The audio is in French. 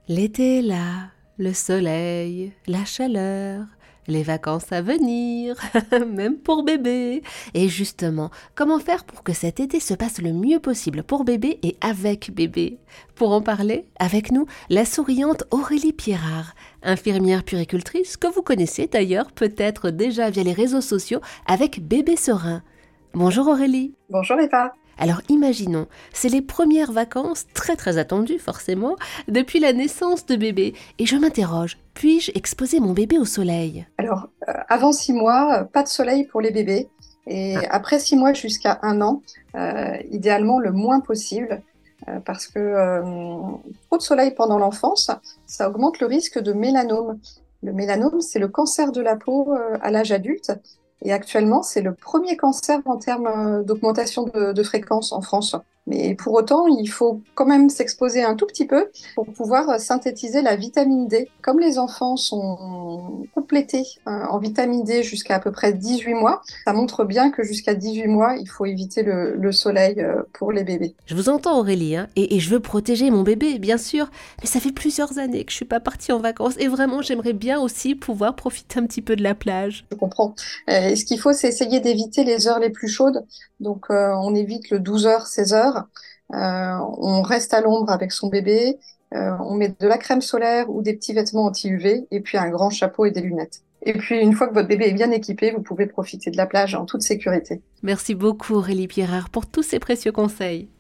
L'été est là, le soleil, la chaleur, les vacances à venir, même pour bébé. Et justement, comment faire pour que cet été se passe le mieux possible pour bébé et avec bébé? Pour en parler, avec nous, la souriante Aurélie Pierrard, infirmière puéricultrice que vous connaissez d'ailleurs peut-être déjà via les réseaux sociaux avec Bébé Serein. Bonjour Aurélie. Bonjour Eva. Alors imaginons, c'est les premières vacances, très très attendues forcément, depuis la naissance de bébé. Et je m'interroge, puis-je exposer mon bébé au soleil? Avant 6 mois, pas de soleil pour les bébés. Et après 6 mois jusqu'à 1 an, idéalement le moins possible, parce que trop de soleil pendant l'enfance, ça augmente le risque de mélanome. Le mélanome, c'est le cancer de la peau à l'âge adulte. Et actuellement, c'est le premier cancer en termes d'augmentation de fréquence en France. Mais pour autant, il faut quand même s'exposer un tout petit peu pour pouvoir synthétiser la vitamine D. Comme les enfants sont complétés en vitamine D jusqu'à peu près 18 mois, ça montre bien que jusqu'à 18 mois, il faut éviter le soleil pour les bébés. Je vous entends Aurélie, hein, et je veux protéger mon bébé, bien sûr, mais ça fait plusieurs années que je suis pas partie en vacances, et vraiment j'aimerais bien aussi pouvoir profiter un petit peu de la plage. Je comprends. Et ce qu'il faut, c'est essayer d'éviter les heures les plus chaudes. Donc, on évite le 12 heures, 16 heures. On reste à l'ombre avec son bébé. On met de la crème solaire ou des petits vêtements anti-UV et puis un grand chapeau et des lunettes. Et puis, une fois que votre bébé est bien équipé, vous pouvez profiter de la plage en toute sécurité. Merci beaucoup Aurélie Pierrard pour tous ces précieux conseils.